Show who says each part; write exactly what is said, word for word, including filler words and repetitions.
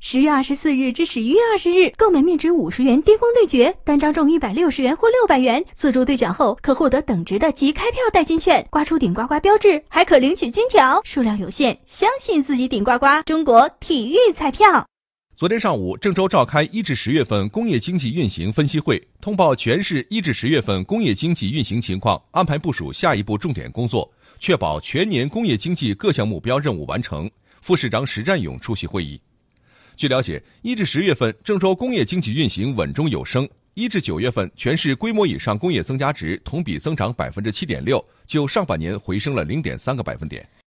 Speaker 1: 十月二十四日至十一月二十日，购买面值五十元巅峰对决，单张中一百六十元或六百元，自助兑奖后可获得等值的即开票代金券，刮出顶呱呱标志，还可领取金条，数量有限，相信自己顶呱呱。中国体育彩票。
Speaker 2: 昨天上午，郑州召开一至十月份工业经济运行分析会，通报全市一至十月份工业经济运行情况，安排部署下一步重点工作，确保全年工业经济各项目标任务完成。副市长史占勇出席会议。据了解，一至十月份郑州工业经济运行稳中有升，一至九月份全市规模以上工业增加值同比增长百分之七点六，就上半年回升了零点三个百分点。